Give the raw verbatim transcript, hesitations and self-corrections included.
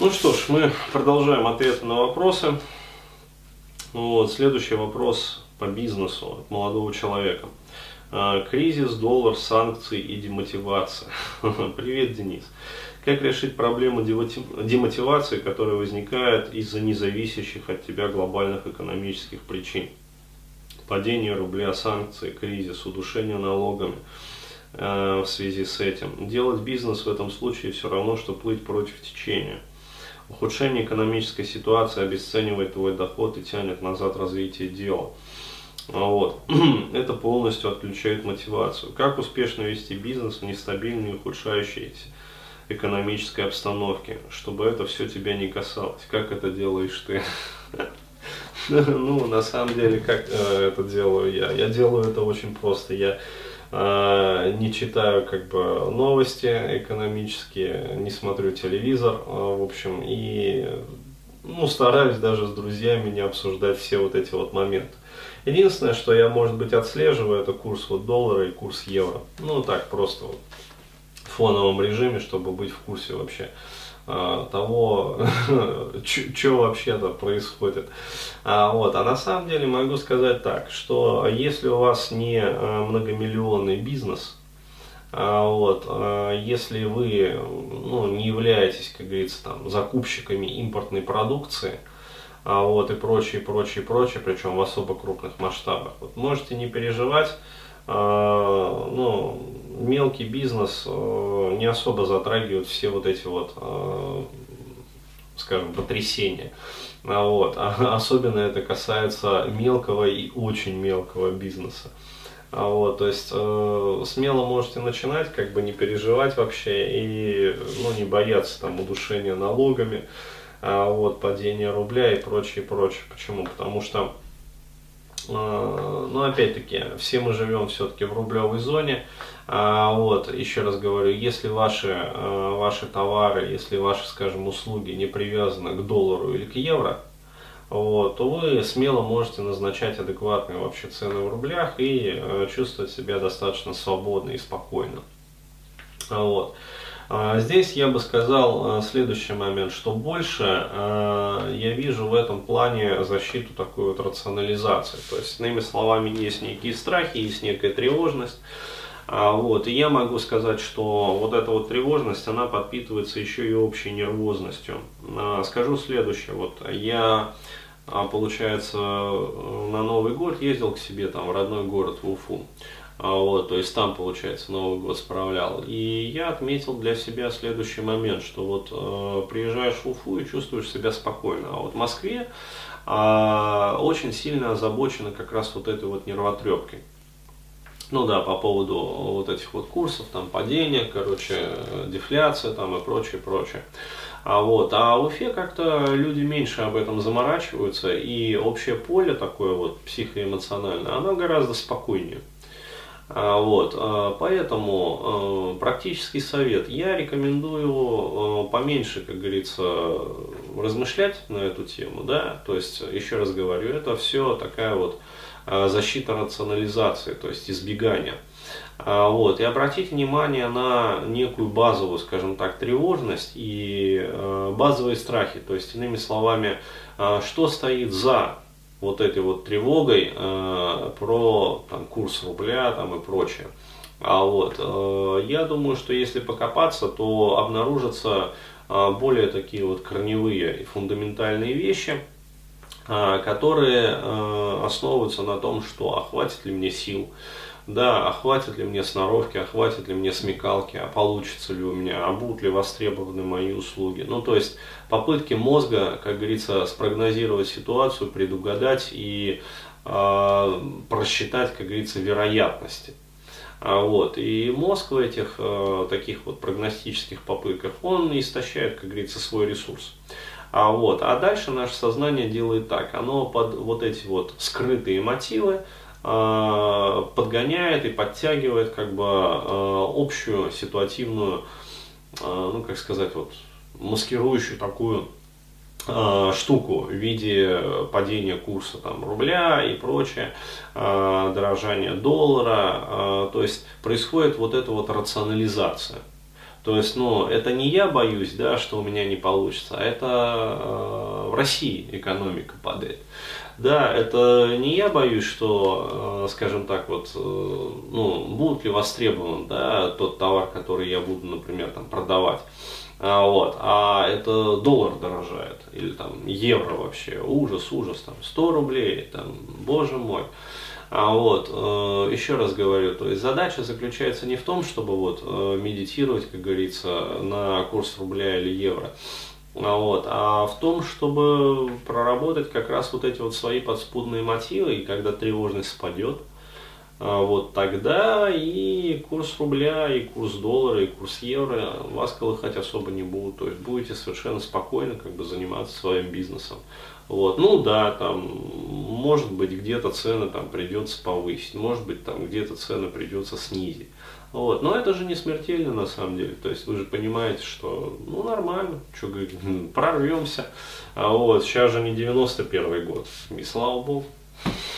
Ну что ж, мы продолжаем ответы на вопросы. Вот, следующий вопрос по бизнесу от молодого человека. Кризис, доллар, санкции и демотивация. Привет, Денис. Как решить проблему демотивации, которая возникает из-за независящих от тебя глобальных экономических причин? Падение рубля, санкции, кризис, удушение налогами э, в связи с этим. Делать бизнес в этом случае все равно, что плыть против течения. Ухудшение экономической ситуации обесценивает твой доход и тянет назад развитие дела. Вот. Это полностью отключает мотивацию. Как успешно вести бизнес в нестабильной и ухудшающейся экономической обстановке, чтобы это все тебя не касалось? Как это делаешь ты? Ну, на самом деле, как э, это делаю я? Я делаю это очень просто. Я э, не читаю как бы новости экономические, не смотрю телевизор, э, в общем, и ну, стараюсь даже с друзьями не обсуждать все вот эти вот моменты. Единственное, что я, может быть, отслеживаю, это курс вот доллара и курс евро. Ну, так, просто вот в фоновом режиме, чтобы быть в курсе вообще того, что вообще-то происходит. А, вот. а на самом деле могу сказать так, что если у вас не многомиллионный бизнес, а, вот, а, если вы ну, не являетесь, как говорится, там, закупщиками импортной продукции, а, вот, и прочее, прочее, прочее, причем в особо крупных масштабах, вот, можете не переживать. Uh, ну, мелкий бизнес uh, не особо затрагивает все вот эти вот, uh, скажем, потрясения. Uh, вот. А особенно это касается мелкого и очень мелкого бизнеса. Uh, вот. То есть uh, смело можете начинать, как бы не переживать вообще и ну, не бояться там удушения налогами, uh, вот, падения рубля и прочее, прочее. Почему? Потому что но опять-таки, все мы живем все-таки в рублевой зоне. Вот, еще раз говорю, если ваши, ваши товары, если ваши, скажем, услуги не привязаны к доллару или к евро, вот, то вы смело можете назначать адекватные вообще цены в рублях и чувствовать себя достаточно свободно и спокойно. Вот. Здесь я бы сказал следующий момент, что больше я вижу в этом плане защиту такой вот рационализации. То есть, иными словами, есть некие страхи, есть некая тревожность. Вот. И я могу сказать, что вот эта вот тревожность, она подпитывается еще и общей нервозностью. Скажу следующее. Вот я, получается, на Новый год ездил к себе там в родной город, в Уфу. Вот, то есть там, получается, Новый год справлял. И я отметил для себя следующий момент, что вот э, приезжаешь в Уфу и чувствуешь себя спокойно. А вот в Москве э, очень сильно озабочена как раз вот этой вот нервотрепкой. Ну да, по поводу вот этих вот курсов, там падения, короче, дефляция там и прочее, прочее. А, вот, а в Уфе как-то люди меньше об этом заморачиваются, и общее поле такое вот психоэмоциональное, оно гораздо спокойнее. Вот, поэтому практический совет. Я рекомендую поменьше, как говорится, размышлять на эту тему, да, то есть, еще раз говорю, это все такая вот защита рационализации, то есть избегания. Вот, и обратите внимание на некую базовую, скажем так, тревожность и базовые страхи, то есть, иными словами, что стоит за вот этой вот тревогой э, про там, курс рубля там, и прочее. А вот, э, я думаю, что если покопаться, то обнаружатся э, более такие вот корневые и фундаментальные вещи, э, которые э, основываются на том, что а хватит ли мне сил, да, а хватит ли мне сноровки, а хватит ли мне смекалки, а получится ли у меня, а будут ли востребованы мои услуги. Ну, то есть попытки мозга, как говорится, спрогнозировать ситуацию, предугадать и э, просчитать, как говорится, вероятности. А, вот. И мозг в этих э, таких вот прогностических попытках, он истощает, как говорится, свой ресурс. А, вот. а дальше наше сознание делает так, оно под вот эти вот скрытые мотивы подгоняет и подтягивает как бы общую ситуативную, ну как сказать, вот маскирующую такую штуку в виде падения курса там, рубля и прочее, дорожания доллара, то есть происходит вот эта вот рационализация. То есть, ну, это не я боюсь, да, что у меня не получится, а это э, в России экономика падает. Да, это не я боюсь, что, э, скажем так, вот, э, ну, будут ли востребован, да, тот товар, который я буду, например, там, продавать. А, вот, а это доллар дорожает, или там евро вообще, ужас, ужас, там сто рублей, там, боже мой. А вот, э, еще раз говорю, то есть задача заключается не в том, чтобы вот э, медитировать, как говорится, на курс рубля или евро, а, вот, а в том, чтобы проработать как раз вот эти вот свои подспудные мотивы, и когда тревожность спадет, вот тогда и курс рубля, и курс доллара, и курс евро вас колыхать особо не будут. То есть будете совершенно спокойно как бы заниматься своим бизнесом. Вот. Ну да, там, может быть, где-то цены там придется повысить, может быть, там где-то цены придется снизить. Вот. Но это же не смертельно на самом деле. То есть вы же понимаете, что ну нормально, что говорить, прорвемся. А вот сейчас же не девяносто первый год. И слава богу.